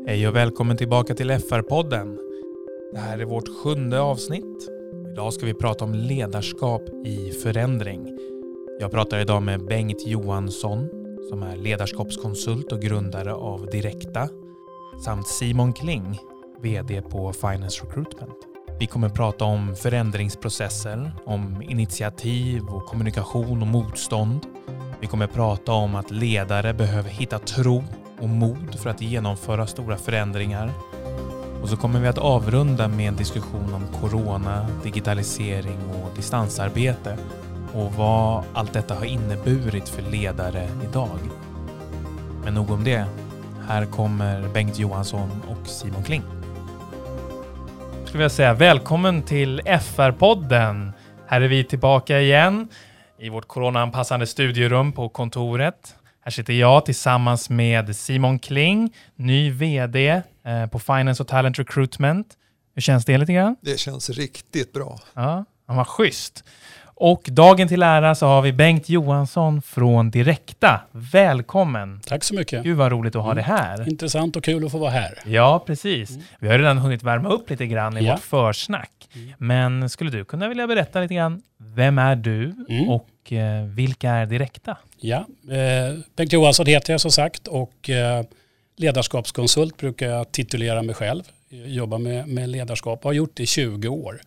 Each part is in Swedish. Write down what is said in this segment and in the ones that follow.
Hej och välkommen tillbaka till FR-podden. Det här är vårt 7:e avsnitt. Idag ska vi prata om ledarskap i förändring. Jag pratar idag med Bengt Johansson som är ledarskapskonsult och grundare av Direkta samt Simon Kling, vd på Finance Recruitment. Vi kommer prata om förändringsprocesser, om initiativ och kommunikation och motstånd. Vi kommer prata om att ledare behöver hitta tro och mod för att genomföra stora förändringar. Och så kommer vi att avrunda med en diskussion om corona, digitalisering och distansarbete och vad allt detta har inneburit för ledare idag. Men nog om det. Här kommer Bengt Johansson och Simon Kling. Jag skulle vilja säga välkommen till FR-podden. Här är vi tillbaka igen i vårt coronaanpassande studierum på kontoret. Här sitter jag tillsammans med Simon Kling, ny vd på Finance och Talent Recruitment. Hur känns det lite grann? Det känns riktigt bra. Ja, han var schysst. Och dagen till ära så har vi Bengt Johansson från Direkta. Välkommen! Tack så mycket. Gud vad roligt att ha det här. Intressant och kul att få vara här. Ja, precis. Vi har redan hunnit värma upp lite grann i vårt försnack. Men skulle du kunna vilja berätta lite grann, vem är du och vilka är Direkta? Ja, Bengt Johansson heter jag som sagt och ledarskapskonsult brukar jag titulera mig själv. Jag jobbar med ledarskap och har gjort det i 20 år.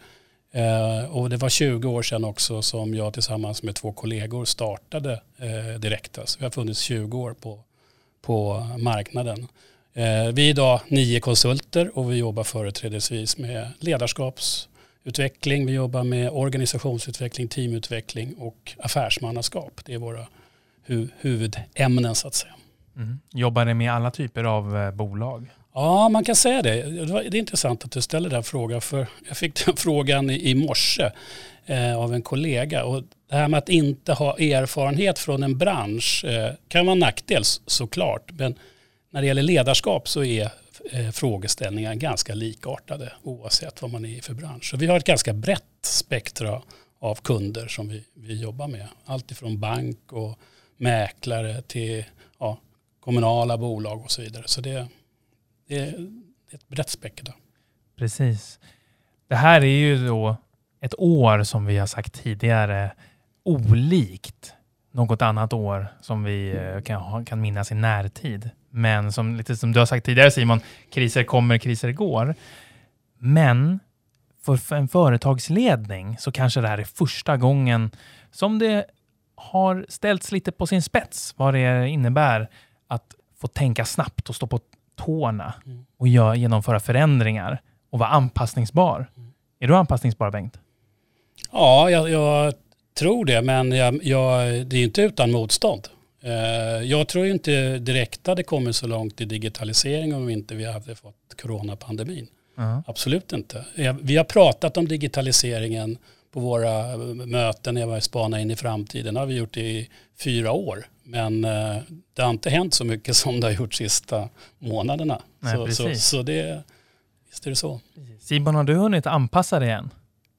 Och det var 20 år sedan också som jag tillsammans med 2 kollegor startade Direkta. Så vi har funnits 20 år på marknaden. Vi är idag 9 konsulter och vi jobbar företrädesvis med ledarskapsutveckling. Vi jobbar med organisationsutveckling, teamutveckling och affärsmannaskap. Det är våra huvudämnen så att säga. Jobbar ni med alla typer av bolag? Ja, man kan säga det. Det är intressant att du ställer den frågan för jag fick den frågan i morse av en kollega. Och det här med att inte ha erfarenhet från en bransch kan vara en nackdel såklart. Men när det gäller ledarskap så är frågeställningar ganska likartade oavsett vad man är i för bransch. Så vi har ett ganska brett spektra av kunder som vi jobbar med. Allt ifrån bank och mäklare till kommunala bolag och så vidare. Så det är ett brett spektra. Precis. Det här är ju då ett år som vi har sagt tidigare olikt något annat år som vi kan minnas i närtid. Men lite som du har sagt tidigare Simon, kriser kommer, kriser går. Men för en företagsledning så kanske det här är första gången som det har ställts lite på sin spets. Vad det innebär att få tänka snabbt och stå på tårna och genomföra förändringar och vara anpassningsbar. Är du anpassningsbar, Bengt? Ja, jag tror det, men det är inte utan motstånd. Jag tror inte direkt att det kommer så långt i digitalisering om inte vi hade fått coronapandemin. Absolut inte. Vi har pratat om digitaliseringen på våra möten när vi spanar in i framtiden. Det har vi gjort i 4 år. Men det har inte hänt så mycket som det har gjort sista månaderna. Nej, så visst är det så. Simon, har du hunnit anpassa dig igen?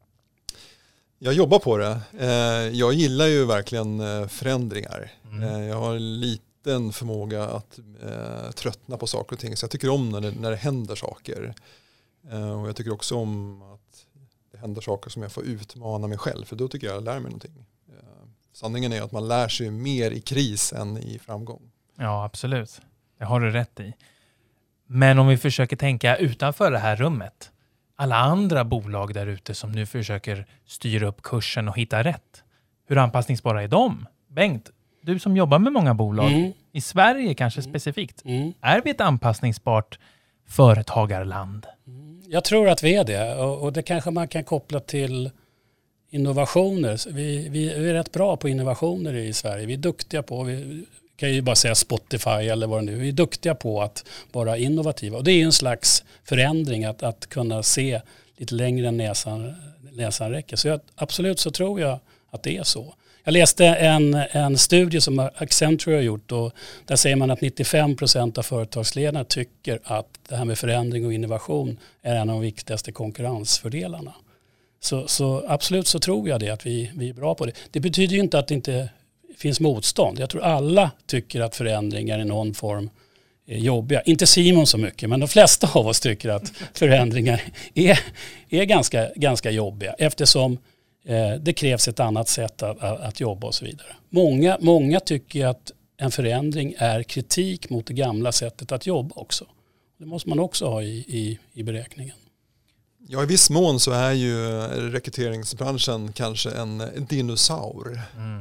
Jag jobbar på det. Jag gillar ju verkligen förändringar. Jag har en liten förmåga att tröttna på saker och ting. Så jag tycker om när det händer saker. Och jag tycker också om att det händer saker som jag får utmana mig själv. För då tycker jag lär mig någonting. Sanningen är att man lär sig mer i kris än i framgång. Ja, absolut. Det har du rätt i. Men om vi försöker tänka utanför det här rummet. Alla andra bolag där ute som nu försöker styra upp kursen och hitta rätt. Hur anpassningsbara är de? Bengt, du som jobbar med många bolag. I Sverige kanske specifikt. Är vi ett anpassningsbart företagarland? Jag tror att vi är det. Och det kanske man kan koppla till innovationer. Vi är rätt bra på innovationer i Sverige. Vi är duktiga på, vi kan ju bara säga Spotify eller vad det nu är. Vi är duktiga på att vara innovativa. Och det är en slags förändring att kunna se lite längre än näsan räcker. Så absolut så tror jag att det är så. Jag läste en studie som Accenture har gjort och där säger man att 95% av företagsledarna tycker att det här med förändring och innovation är en av de viktigaste konkurrensfördelarna. Så absolut så tror jag det, att vi är bra på det. Det betyder ju inte att det inte finns motstånd. Jag tror alla tycker att förändringar i någon form jobbiga. Inte Simon så mycket, men de flesta av oss tycker att förändringar är ganska jobbiga eftersom det krävs ett annat sätt att jobba och så vidare. Många tycker att en förändring är kritik mot det gamla sättet att jobba också. Det måste man också ha i beräkningen. Ja, i viss mån så är ju rekryteringsbranschen kanske en dinosaur.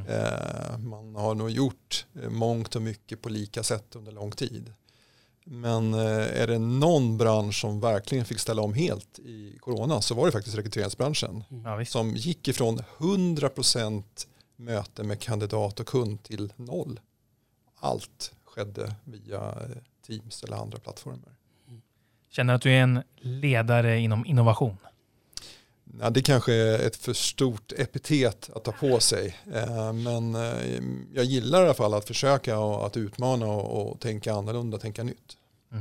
Man har nog gjort mångt och mycket på lika sätt under lång tid. Men är det någon bransch som verkligen fick ställa om helt i corona så var det faktiskt rekryteringsbranschen. Som gick ifrån 100% möte med kandidat och kund till 0. Allt skedde via Teams eller andra plattformar. Känner du att du är en ledare inom innovation? Ja, det kanske är ett för stort epitet att ta på sig. Men jag gillar i alla fall att försöka att utmana och tänka annorlunda, tänka nytt.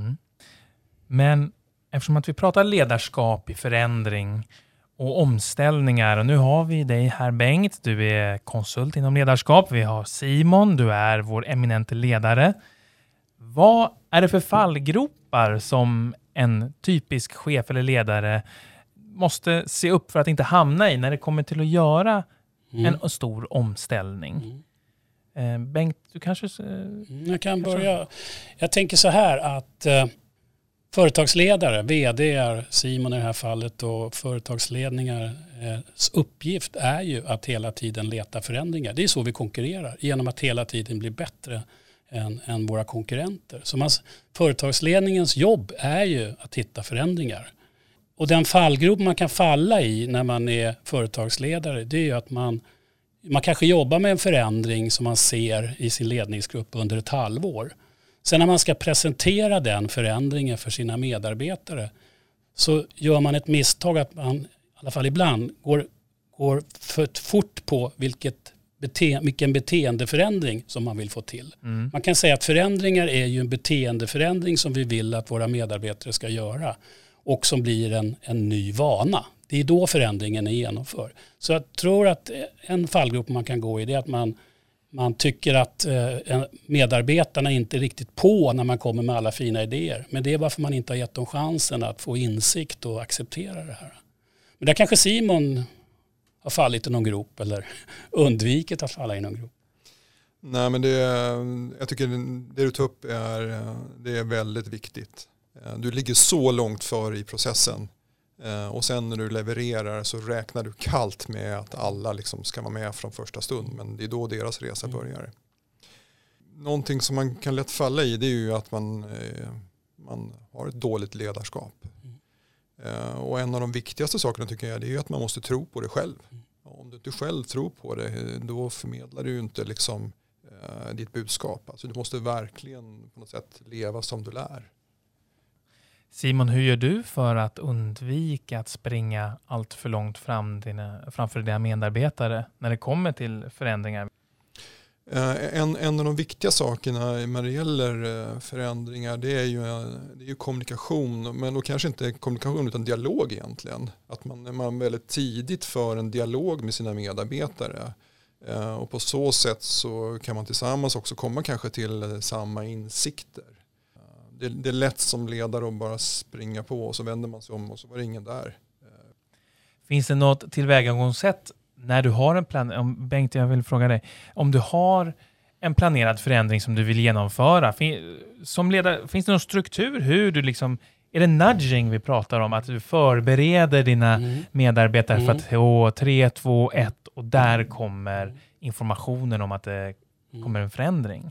Men eftersom att vi pratar ledarskap i förändring och omställningar, och nu har vi dig här Bengt, du är konsult inom ledarskap. Vi har Simon, du är vår eminente ledare. Vad är det för fallgropar som en typisk chef eller ledare måste se upp för att inte hamna i när det kommer till att göra en stor omställning? Bengt, du kanske... Jag kan börja. Jag tänker så här att företagsledare, vd, Simon i det här fallet, och företagsledningars uppgift är ju att hela tiden leta förändringar. Det är så vi konkurrerar, genom att hela tiden bli bättre än våra konkurrenter. Så företagsledningens jobb är ju att hitta förändringar. Och den fallgrop man kan falla i när man är företagsledare, det är ju att man kanske jobbar med en förändring som man ser i sin ledningsgrupp under ett halvår. Sen när man ska presentera den förändringen för sina medarbetare så gör man ett misstag att man, i alla fall ibland, går för fort på vilken beteendeförändring som man vill få till. Man kan säga att förändringar är ju en beteendeförändring som vi vill att våra medarbetare ska göra och som blir en ny vana. Det är då förändringen är genomförd. Så jag tror att en fallgrop man kan gå i det är att man tycker att medarbetarna inte är riktigt på när man kommer med alla fina idéer. Men det är varför man inte har gett dem chansen att få insikt och acceptera det här. Men där kanske Simon har fallit i någon grop eller undvikit att falla i någon grop. Nej, men jag tycker det du tar upp det är väldigt viktigt. Du ligger så långt före i processen. Och sen när du levererar så räknar du kallt med att alla liksom ska vara med från första stund. Men det är då deras resa börjar. Någonting som man kan lätt falla i, det är ju att man har ett dåligt ledarskap. Och en av de viktigaste sakerna tycker jag, det är ju att man måste tro på det själv. Om du inte själv tror på det, då förmedlar du ju inte liksom ditt budskap. Alltså du måste verkligen på något sätt leva som du lär. Simon, hur gör du för att undvika att springa allt för långt framför dina medarbetare när det kommer till förändringar? En av de viktiga sakerna när det gäller förändringar, det är ju kommunikation, men då kanske inte kommunikation utan dialog egentligen. Att man väldigt tidigt för en dialog med sina medarbetare, och på så sätt så kan man tillsammans också komma kanske till samma insikter. Det är lätt som ledare att bara springa på och så vänder man sig om och så var det ingen där. Finns det något tillvägagångssätt när du har en plan? Bengt, jag vill fråga dig. Om du har en planerad förändring som du vill genomföra, som ledare, finns det någon struktur? Hur du liksom, är det nudging vi pratar om? Att du förbereder dina medarbetare för att 3, 2, 1 och där kommer informationen om att det kommer en förändring?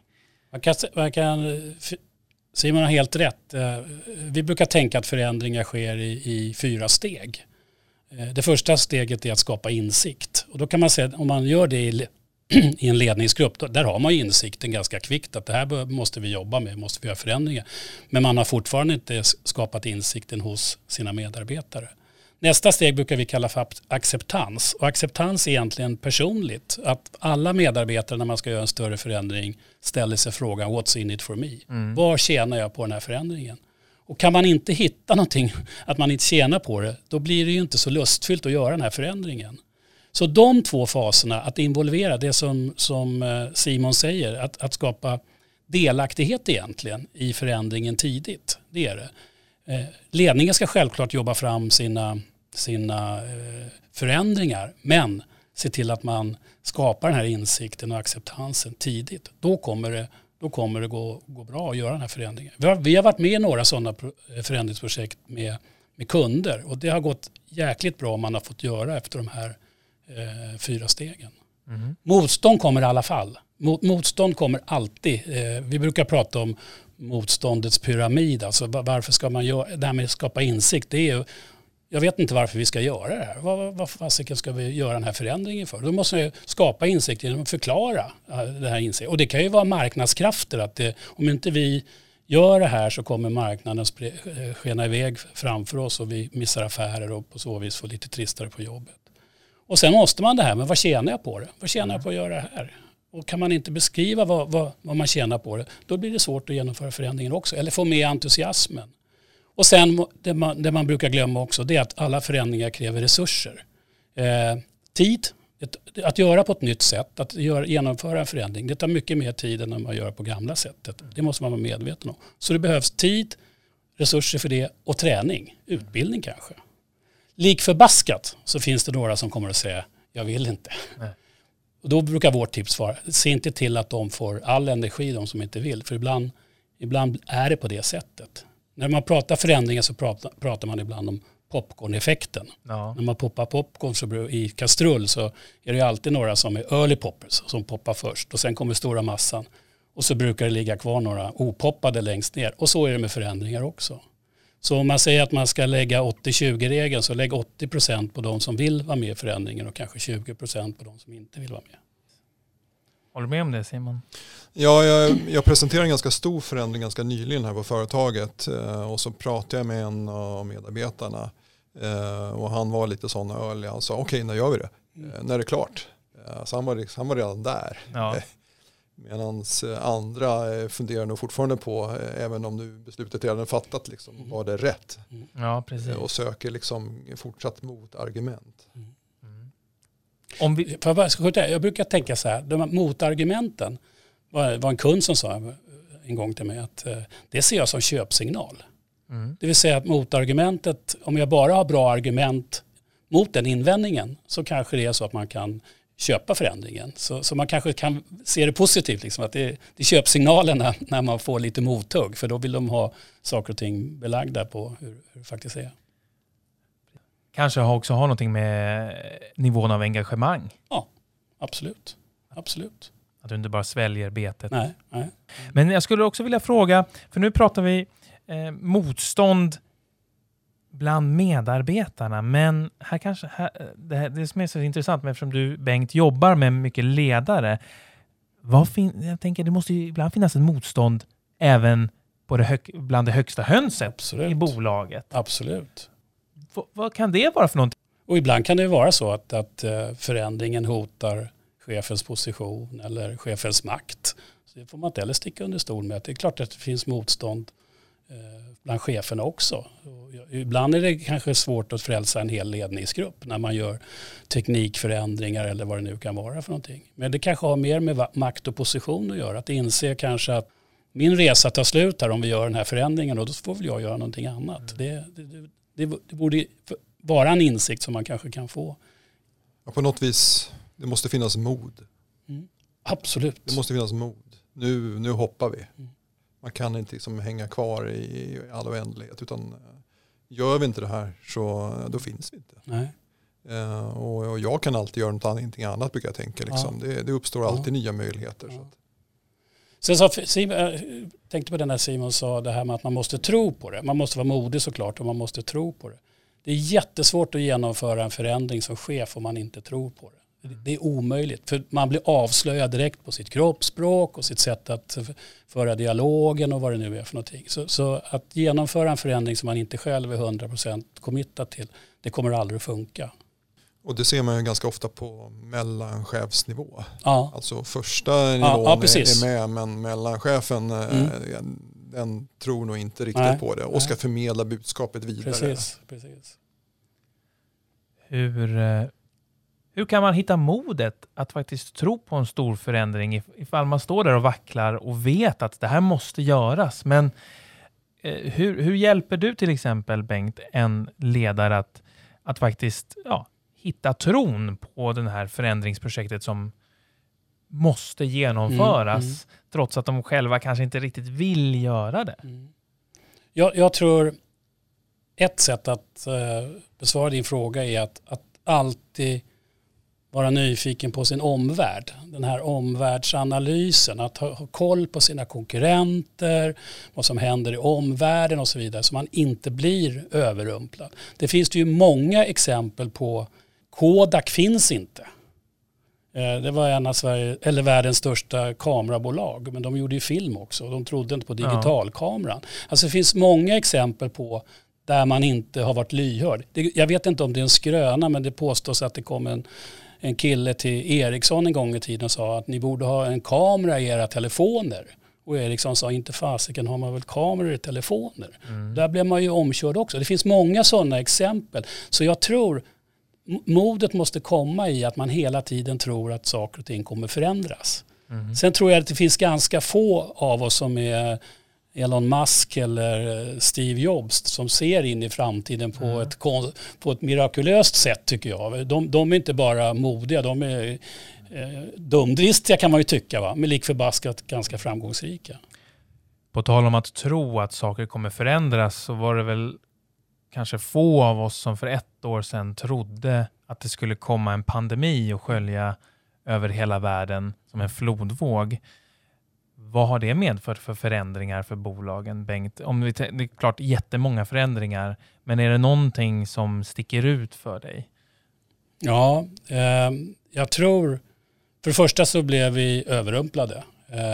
Simon har helt rätt. Vi brukar tänka att förändringar sker i 4 steg. Det första steget är att skapa insikt. Och då kan man säga att om man gör det i en ledningsgrupp, där har man insikten ganska kvickt att det här måste vi jobba med, måste vi göra förändringar. Men man har fortfarande inte skapat insikten hos sina medarbetare. Nästa steg brukar vi kalla för acceptans. Och acceptans är egentligen personligt. Att alla medarbetare när man ska göra en större förändring ställer sig frågan what's in it for me? Vad tjänar jag på den här förändringen? Och kan man inte hitta någonting att man inte tjänar på det, då blir det ju inte så lustfyllt att göra den här förändringen. Så de 2 faserna, att involvera det som Simon säger, att skapa delaktighet egentligen i förändringen tidigt. Det är det. Ledningen ska självklart jobba fram sina förändringar, men se till att man skapar den här insikten och acceptansen tidigt. Då kommer det gå bra att göra den här förändringen. Vi har varit med i några sådana förändringsprojekt med kunder, och det har gått jäkligt bra om man har fått göra efter de här 4 stegen. Mm. Motstånd kommer i alla fall. Motstånd kommer alltid. Vi brukar prata om motståndets pyramid. Alltså varför ska man göra det här med att skapa insikt? Det är ju, jag vet inte varför vi ska göra det här. Vad fasiken ska vi göra den här förändringen för? Då måste vi skapa insikt genom att förklara det här insikten. Och det kan ju vara marknadskrafter. Att om inte vi gör det här så kommer marknaden skena iväg framför oss och vi missar affärer och på så vis får lite tristare på jobbet. Och sen måste man det här, men vad tjänar jag på det? Vad tjänar jag på att göra det här? Och kan man inte beskriva vad man tjänar på det, då blir det svårt att genomföra förändringen också. Eller få med entusiasmen. Och sen det man brukar glömma också, det är att alla förändringar kräver resurser. Tid, att göra på ett nytt sätt, att genomföra en förändring, det tar mycket mer tid än när man gör på gamla sättet. Det måste man vara medveten om. Så det behövs tid, resurser för det och träning, utbildning kanske. Lik förbaskat så finns det några som kommer att säga, jag vill inte. Nej. Och då brukar vårt tips vara, se inte till att de får all energi, de som inte vill. För ibland är det på det sättet. När man pratar förändringar så pratar man ibland om popcorn-effekten. Ja. När man poppar popcorn i kastrull så är det alltid några som är early poppers som poppar först. Och sen kommer stora massan. Och så brukar det ligga kvar några opoppade längst ner. Och så är det med förändringar också. Så om man säger att man ska lägga 80-20-regeln så lägg 80% på de som vill vara med i förändringen och kanske 20% på de som inte vill vara med. Håller du med om det, Simon? Ja, jag presenterade en ganska stor förändring ganska nyligen här på företaget och så pratade jag med en av medarbetarna och han var lite sån öl. Han sa okej, när gör vi det? När är det klart? Så han var redan där. Ja. Medan andra funderar nog fortfarande på, även om nu beslutet redan är fattat, liksom, var det rätt? Ja, precis. Och söker liksom fortsatt motargument. Jag brukar tänka så här, de här motargumenten var en kund som sa en gång till mig att det ser jag som köpsignal. Det vill säga att motargumentet, om jag bara har bra argument mot den invändningen så kanske det är så att man kan köpa förändringen. Så man kanske kan se det positivt, liksom, att det är köpsignalerna när man får lite mothugg, för då vill de ha saker och ting belagda på hur det faktiskt är. Kanske också har någonting med nivån av engagemang. Ja, absolut. Att du inte bara sväljer betet. Nej. Men jag skulle också vilja fråga, för nu pratar vi motstånd bland medarbetarna, men här kanske det som är så intressant, med eftersom du, Bengt, jobbar med mycket ledare, jag tänker det måste ju ibland finnas ett motstånd även på bland det högsta hönset i bolaget. Absolut. Vad kan det vara för någonting? Och ibland kan det vara så att förändringen hotar chefens position eller chefens makt. Så det får man inte heller sticka under stol med. Det är klart att det finns motstånd bland cheferna också. Och ibland är det kanske svårt att frälsa en hel ledningsgrupp när man gör teknikförändringar eller vad det nu kan vara för någonting. Men det kanske har mer med makt och position att göra. Att inse kanske att min resa tar slut här om vi gör den här förändringen, och då får väl jag göra någonting annat. Det borde vara en insikt som man kanske kan få. Ja, på något vis, det måste finnas mod. Absolut. Det måste finnas mod. Nu hoppar vi. Man kan inte liksom hänga kvar i all oändlighet, utan gör vi inte det här så då finns vi inte. Nej. Och jag kan alltid göra någonting annat, brukar jag tänka. Liksom. Det uppstår alltid nya möjligheter. Ja. Sen så jag tänkte på den där Simon sa det här med att man måste tro på det. Man måste vara modig såklart, och man måste tro på det. Det är jättesvårt att genomföra en förändring som chef om man inte tror på det. Det är omöjligt, för man blir avslöjad direkt på sitt kroppsspråk och sitt sätt att föra dialogen och vad det nu är för någonting. Så att genomföra en förändring som man inte själv är 100% committad till, det kommer aldrig att funka. Och det ser man ju ganska ofta på mellanchefsnivå. Ja. Alltså första nivån är med, men mellanchefen den tror nog inte riktigt på det och ska förmedla budskapet vidare. Precis. Hur kan man hitta modet att faktiskt tro på en stor förändring ifall man står där och vacklar och vet att det här måste göras? Men hur hjälper du till exempel, Bengt, en ledare att faktiskt hitta tron på det här förändringsprojektet som måste genomföras trots att de själva kanske inte riktigt vill göra det? Jag tror ett sätt att besvara din fråga är att alltid vara nyfiken på sin omvärld. Den här omvärldsanalysen, att ha koll på sina konkurrenter, vad som händer i omvärlden och så vidare, så man inte blir överrumplad. Det finns det ju många exempel på. Kodak finns inte. Det var en av världens största kamerabolag, men de gjorde ju film också. De trodde inte på digitalkameran. Alltså det finns många exempel på där man inte har varit lyhörd. Jag vet inte om det är en skröna, men det påstås att det kom en kille till Ericsson en gång i tiden och sa att ni borde ha en kamera i era telefoner. Och Ericsson sa, inte fasiken har man väl kameror i telefoner. Där blev man ju omkörd också. Det finns många sådana exempel. Så jag tror modet måste komma i att man hela tiden tror att saker och ting kommer förändras. Sen tror jag att det finns ganska få av oss som är Elon Musk eller Steve Jobs som ser in i framtiden på ett mirakulöst sätt, tycker jag. De är inte bara modiga, de är dumdristiga kan man ju tycka, va? Men likförbaskat ganska framgångsrika. På tal om att tro att saker kommer förändras, så var det väl kanske få av oss som för 1 år sedan trodde att det skulle komma en pandemi och skölja över hela världen som en flodvåg. Vad har det medfört för förändringar för bolagen, Bengt? Det är klart jättemånga förändringar, men är det någonting som sticker ut för dig? Ja, jag tror för det första så blev vi överrumplade.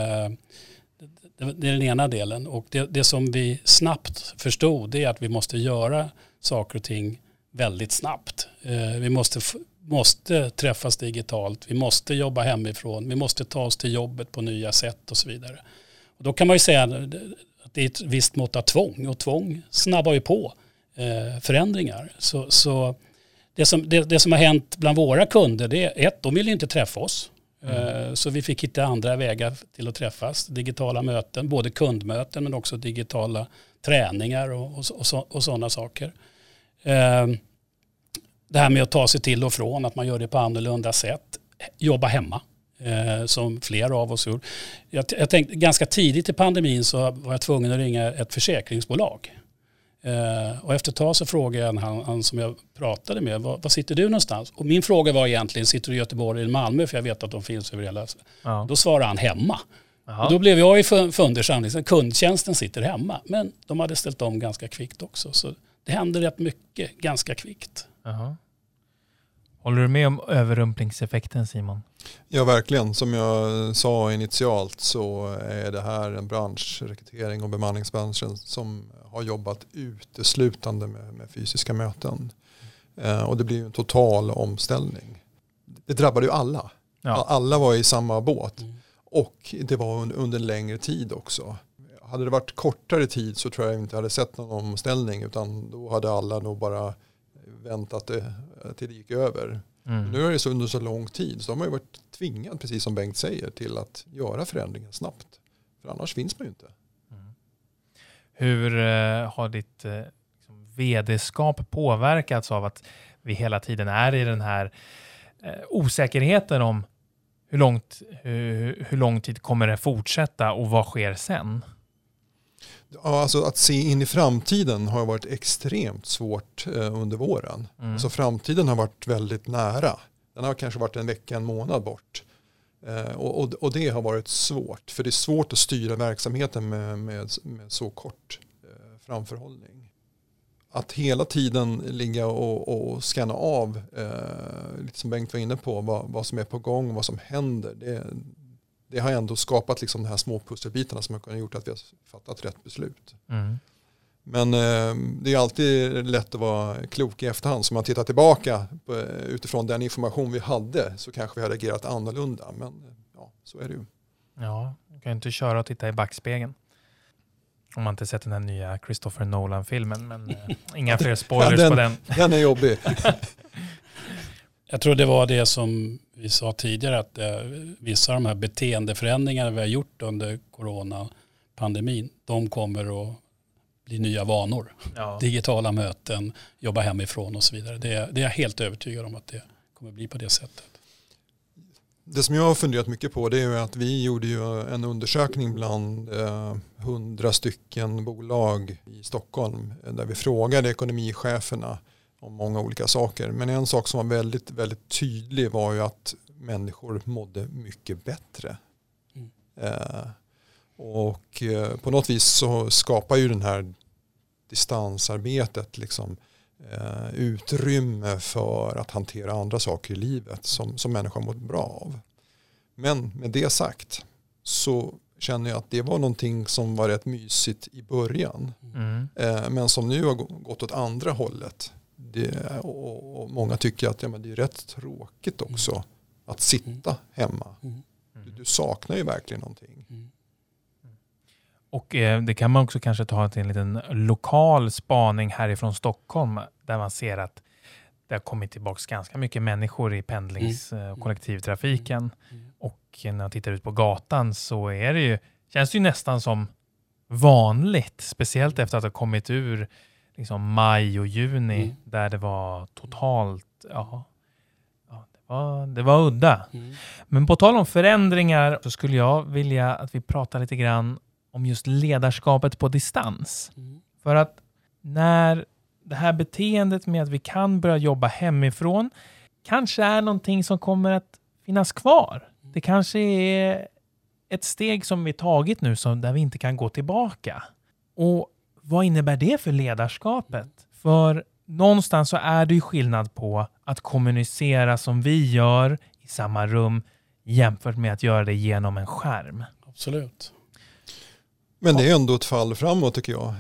Det är den ena delen, och det som vi snabbt förstod, det är att vi måste göra saker och ting väldigt snabbt. Vi måste träffas digitalt, vi måste jobba hemifrån, vi måste ta oss till jobbet på nya sätt och så vidare. Och då kan man ju säga att det är ett visst mått av tvång, och tvång snabbar ju på förändringar. Så det som har hänt bland våra kunder, det är de vill ju inte träffa oss. Så vi fick hitta andra vägar till att träffas. Digitala möten, både kundmöten men också digitala träningar och sådana saker. Det här med att ta sig till och från, att man gör det på annorlunda sätt. Jobba hemma, som flera av oss gjorde. Jag tänkte ganska tidigt i pandemin så var jag tvungen att ringa ett försäkringsbolag. Och efter ett tag så frågade jag han som jag pratade med, var sitter du någonstans? Och min fråga var egentligen, sitter du i Göteborg eller Malmö? För jag vet att de finns över hela. Ja. Då svarade han hemma. Och då blev jag ju fundersam, kundtjänsten sitter hemma. Men de hade ställt om ganska kvickt också. Så det händer rätt mycket ganska kvickt. Aha. Håller du med om överrumplingseffekten, Simon? Ja, verkligen. Som jag sa initialt så är det här en bransch, rekrytering och bemanningsbranschen, som har jobbat uteslutande med fysiska möten. Och det blir ju en total omställning. Det drabbade ju alla. Ja. Alla var i samma båt. Och det var under en längre tid också. Hade det varit kortare tid så tror jag inte hade sett någon omställning, utan då hade alla nog bara väntat till det gick över. Nu är det så under så lång tid, så de har ju varit tvingad, precis som Bengt säger, till att göra förändringen snabbt. För annars finns man ju inte. Hur har ditt vd-skap påverkats av att vi hela tiden är i den här osäkerheten om hur lång tid kommer det fortsätta och vad sker sen? Ja, alltså att se in i framtiden har varit extremt svårt under våren. Alltså framtiden har varit väldigt nära. Den har kanske varit en vecka, en månad bort. Och det har varit svårt. För det är svårt att styra verksamheten med så kort framförhållning. Att hela tiden ligga och scanna av, lite som Bengt var inne på, vad som är på gång, vad som händer. Det har ändå skapat liksom de här små pusselbitarna som har kunnat gjort att vi har fattat rätt beslut. Men det är alltid lätt att vara klok i efterhand. Så man tittar tillbaka utifrån den information vi hade, så kanske vi hade agerat annorlunda. Men ja, så är det ju. Ja, du kan inte köra och titta i backspegeln. Om man inte sett den här nya Christopher Nolan-filmen. Men inga fler spoilers på den. Den är jobbig. Jag tror det var det som vi sa tidigare, att vissa av de här beteendeförändringarna vi har gjort under coronapandemin, de kommer att bli nya vanor. Ja. Digitala möten, jobba hemifrån och så vidare. Det är jag helt övertygad om att det kommer bli på det sättet. Det som jag har funderat mycket på, det är att vi gjorde ju en undersökning bland 100 stycken bolag i Stockholm där vi frågade ekonomicheferna om många olika saker. Men en sak som var väldigt, väldigt tydlig var ju att människor mådde mycket bättre. Och på något vis så skapar ju den här distansarbetet liksom utrymme för att hantera andra saker i livet som människan mår bra av. Men med det sagt så känner jag att det var någonting som var rätt mysigt i början. Men som nu har gått åt andra hållet. Och många tycker att det är rätt tråkigt också att sitta hemma. Du saknar ju verkligen någonting. Och det kan man också kanske ta till en liten lokal spaning härifrån Stockholm där man ser att det har kommit tillbaka ganska mycket människor i pendlings- och kollektivtrafiken. Och när jag tittar ut på gatan så är det ju, känns det ju nästan som vanligt, speciellt efter att ha kommit ur liksom maj och juni där det var totalt, det var udda. Men på tal om förändringar så skulle jag vilja att vi pratar lite grann om just ledarskapet på distans. För att när det här beteendet med att vi kan börja jobba hemifrån kanske är någonting som kommer att finnas kvar. Det kanske är ett steg som vi tagit nu där vi inte kan gå tillbaka. Och vad innebär det för ledarskapet? För någonstans så är det ju skillnad på att kommunicera som vi gör i samma rum jämfört med att göra det genom en skärm. Absolut. Men det är ändå ett fall framåt tycker jag.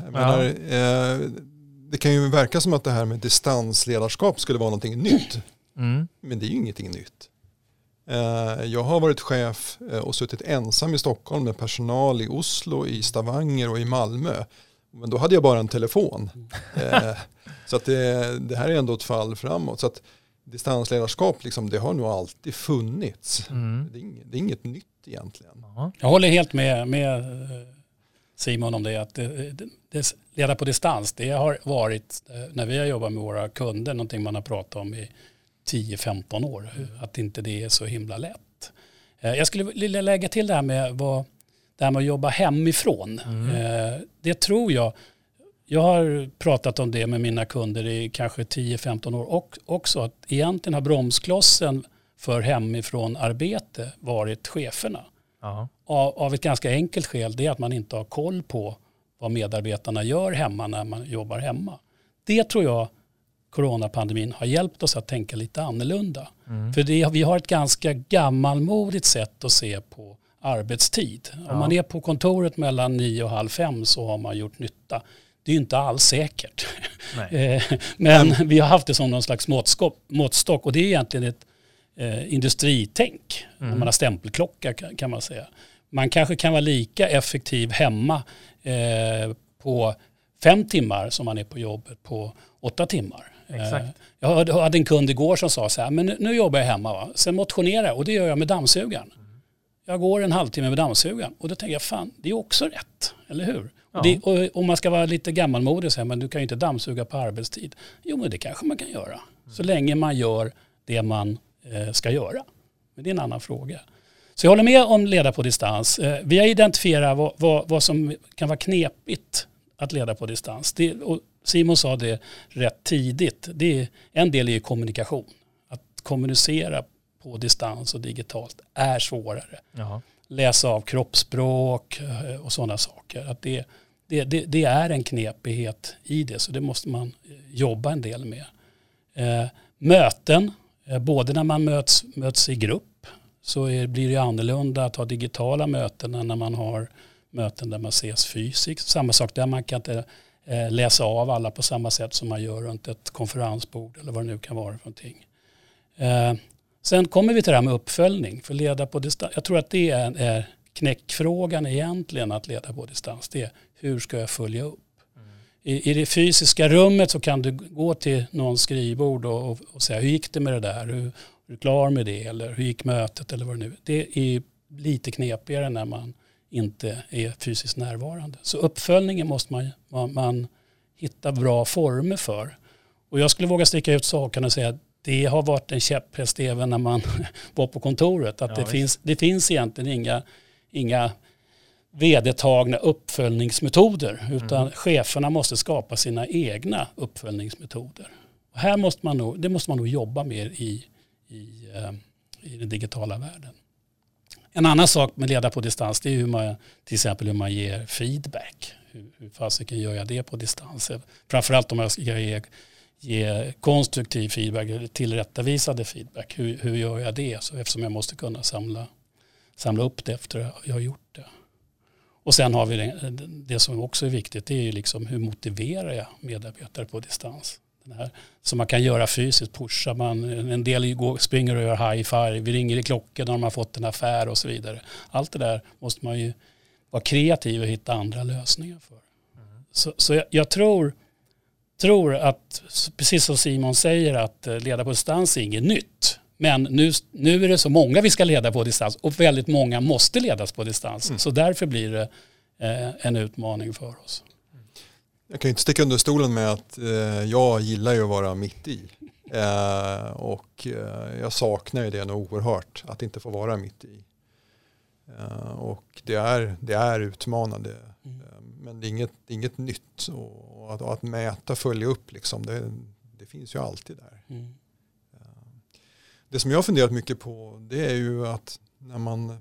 Det kan ju verka som att det här med distansledarskap skulle vara någonting nytt. Men det är ju ingenting nytt. Jag har varit chef och suttit ensam i Stockholm med personal i Oslo, i Stavanger och i Malmö. Men då hade jag bara en telefon. Så att det här är ändå ett fall framåt. Så att distansledarskap liksom, det har nog alltid funnits. Det är inget nytt egentligen. Jag håller helt med Simon om det. Att det leda på distans, det har varit, när vi har jobbat med våra kunder, någonting man har pratat om i 10-15 år. Att inte det är så himla lätt. Jag skulle vilja lägga till det här med att jobba hemifrån. Det tror jag har pratat om det med mina kunder i kanske 10-15 år och också att egentligen har bromsklossen för hemifrån arbete varit cheferna. Av ett ganska enkelt skäl, det är att man inte har koll på vad medarbetarna gör hemma när man jobbar hemma. Det tror jag coronapandemin har hjälpt oss att tänka lite annorlunda. För vi har ett ganska gammalmodigt sätt att se på arbetstid. Om man är på kontoret mellan 9 och halv 5 så har man gjort nytta. Det är ju inte alls säkert. Men vi har haft det som någon slags måttstock och det är egentligen ett industritänk. Om man har stämpelklocka kan man säga. Man kanske kan vara lika effektiv hemma på 5 timmar som man är på jobbet på 8 timmar. Exakt. Jag hade en kund igår som sa så här, men nu jobbar jag hemma va? Sen motionerar jag och det gör jag med dammsugaren. Jag går en halvtimme med dammsugaren och då tänker jag, fan, det är också rätt, eller hur? Och om man ska vara lite gammalmodig och säga, men du kan ju inte dammsuga på arbetstid. Jo, men det kanske man kan göra. Så länge man gör det man ska göra. Men det är en annan fråga. Så jag håller med om leda på distans. Vi har identifierat vad som kan vara knepigt att leda på distans. Och Simon sa det rätt tidigt. En del är ju kommunikation. Att kommunicera på distans och digitalt är svårare. Läsa av kroppsspråk och sådana saker. Att det är en knepighet i det, så det måste man jobba en del med. Möten, både när man möts i grupp så blir det annorlunda att ha digitala möten än när man har möten där man ses fysiskt. Samma sak där, man kan inte läsa av alla på samma sätt som man gör runt ett konferensbord eller vad det nu kan vara för någonting. Sen kommer vi till det här med uppföljning. För leda på distans, jag tror att det är knäckfrågan egentligen att leda på distans. Det är hur ska jag följa upp? I det fysiska rummet så kan du gå till någons skrivbord och säga hur gick det med det där? Hur är du klar med det? Eller hur gick mötet? Eller vad det nu. Det är lite knepigare när man inte är fysiskt närvarande. Så uppföljningen måste man hitta bra former för. Och jag skulle våga sticka ut saken och säga att det har varit en käpphäst även när man var på kontoret. Att det finns egentligen inga vedertagna uppföljningsmetoder, utan cheferna måste skapa sina egna uppföljningsmetoder. Och här måste man nog jobba mer i den digitala världen. En annan sak med leda på distans, det är till exempel hur man ger feedback. Hur fasiken gör jag det på distans? Framförallt om jag ska ge konstruktiv feedback eller tillrättavisade feedback. Hur gör jag det? Så eftersom jag måste kunna samla upp det efter att jag har gjort det. Och sen har vi det som också är viktigt, det är ju liksom hur motiverar jag medarbetare på distans? Så man kan göra fysiskt, pusha en del springer och gör high five, vi ringer i klockan när man har fått en affär och så vidare. Allt det där måste man ju vara kreativ och hitta andra lösningar för. Så jag tror att, precis som Simon säger, att leda på distans är inget nytt. Men nu är det så många vi ska leda på distans och väldigt många måste ledas på distans. Så därför blir det en utmaning för oss. Jag kan inte sticka under stolen med att jag gillar ju att vara mitt i. Och jag saknar ju det nog oerhört, att inte få vara mitt i. Och det är utmanande. Men det är inget nytt. Och att mäta, följa upp, liksom, det finns ju alltid där. Det som jag har funderat mycket på, det är ju att när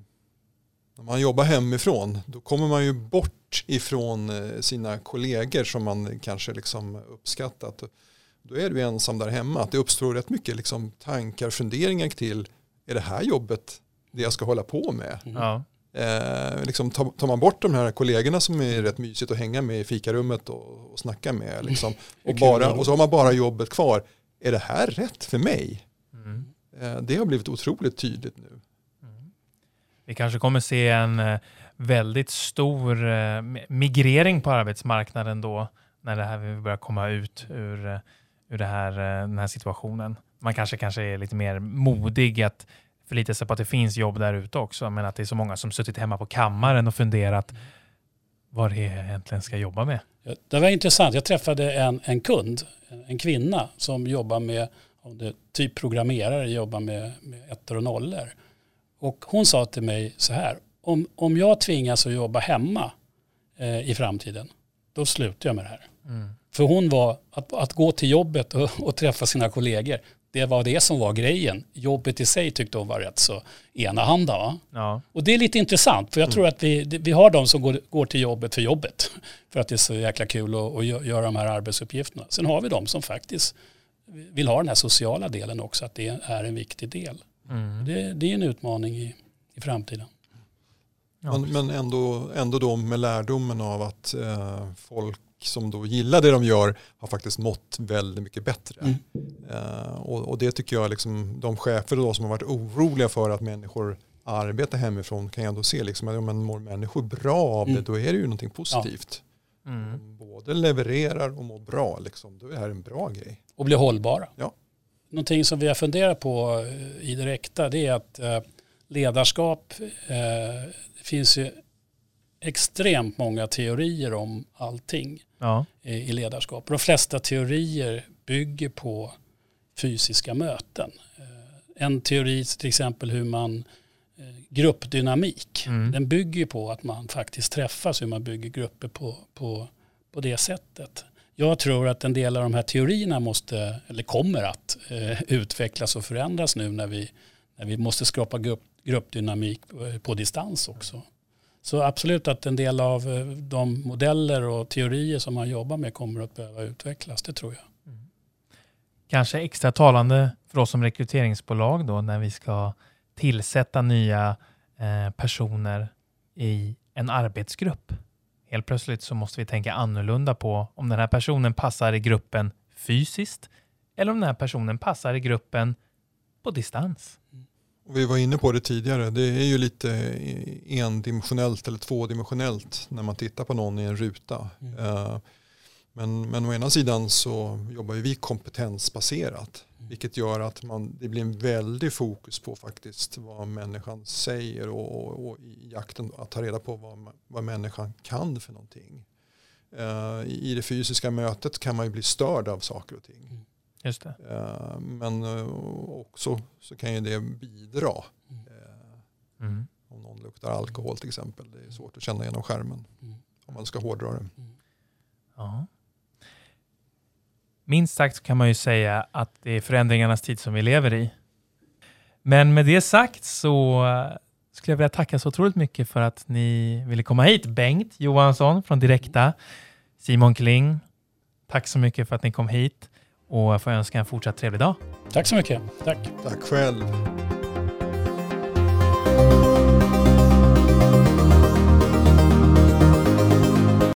man jobbar hemifrån, då kommer man ju bort ifrån sina kollegor som man kanske liksom uppskattat. Då är du ensam där hemma. Att det uppstår rätt mycket liksom tankar, funderingar till, är det här jobbet det jag ska hålla på med? Ja. Liksom tar man bort de här kollegorna som är rätt mysigt att hänga med i fikarummet och snacka med. Liksom, och så har man bara jobbet kvar. Är det här rätt för mig? Det har blivit otroligt tydligt nu. Vi kanske kommer se en väldigt stor migrering på arbetsmarknaden då, när det här börjar komma ut ur den här situationen. Man kanske är lite mer modig att förlita sig på att det finns jobb där ute också, men att det är så många som suttit hemma på kammaren och funderat vad det är egentligen ska jobba med. Det var intressant. Jag träffade en kund, en kvinna som jobbar med, typ programmerare, jobbar med ettor och nollor. Och hon sa till mig så här, om jag tvingas att jobba hemma i framtiden, då slutar jag med det här. För hon var att gå till jobbet och träffa sina kollegor, det var det som var grejen. Jobbet i sig tyckte hon var rätt så enahanda. Va? Ja. Och det är lite intressant, för jag tror att vi har de som går till jobbet för jobbet. För att det är så jäkla kul att göra de här arbetsuppgifterna. Sen har vi de som faktiskt vill ha den här sociala delen också, att det är en viktig del. Det är en utmaning i framtiden. Ja. Men ändå då med lärdomen av att folk som då gillar det de gör har faktiskt mått väldigt mycket bättre. Och det tycker jag, liksom, de chefer då som har varit oroliga för att människor arbetar hemifrån, kan jag ändå se liksom, att om man mår människor bra av det, då är det ju någonting positivt. Både levererar och mår bra, liksom, då är det här en bra grej. Och blir hållbara. Ja. Någonting som vi har funderat på i Direkta, det är att ledarskap, det finns ju extremt många teorier om allting i ledarskap. De flesta teorier bygger på fysiska möten. En teori till exempel hur man gruppdynamik, den bygger på att man faktiskt träffas, hur man bygger grupper på det sättet. Jag tror att en del av de här teorierna kommer att utvecklas och förändras nu när vi måste skapa gruppdynamik på distans också. Så absolut att en del av de modeller och teorier som man jobbar med kommer att behöva utvecklas, det tror jag. Kanske extra talande för oss som rekryteringsbolag då, när vi ska tillsätta nya personer i en arbetsgrupp. Helt plötsligt så måste vi tänka annorlunda på om den här personen passar i gruppen fysiskt eller om den här personen passar i gruppen på distans. Vi var inne på det tidigare. Det är ju lite endimensionellt eller tvådimensionellt när man tittar på någon i en ruta. Men å ena sidan så jobbar ju vi kompetensbaserat. Vilket gör att det blir en väldig fokus på faktiskt vad människan säger och i jakten att ta reda på vad människan kan för någonting. I det fysiska mötet kan man ju bli störd av saker och ting. Just det. Men också så kan ju det bidra. Om någon luktar alkohol till exempel. Det är svårt att känna genom skärmen. Om man ska hårdra det. Ja. Minst sagt så kan man ju säga att det är förändringarnas tid som vi lever i. Men med det sagt så skulle jag vilja tacka så otroligt mycket för att ni ville komma hit. Bengt Johansson från Direkta, Simon Kling. Tack så mycket för att ni kom hit och jag får önska en fortsatt trevlig dag. Tack så mycket. Tack. Tack själv.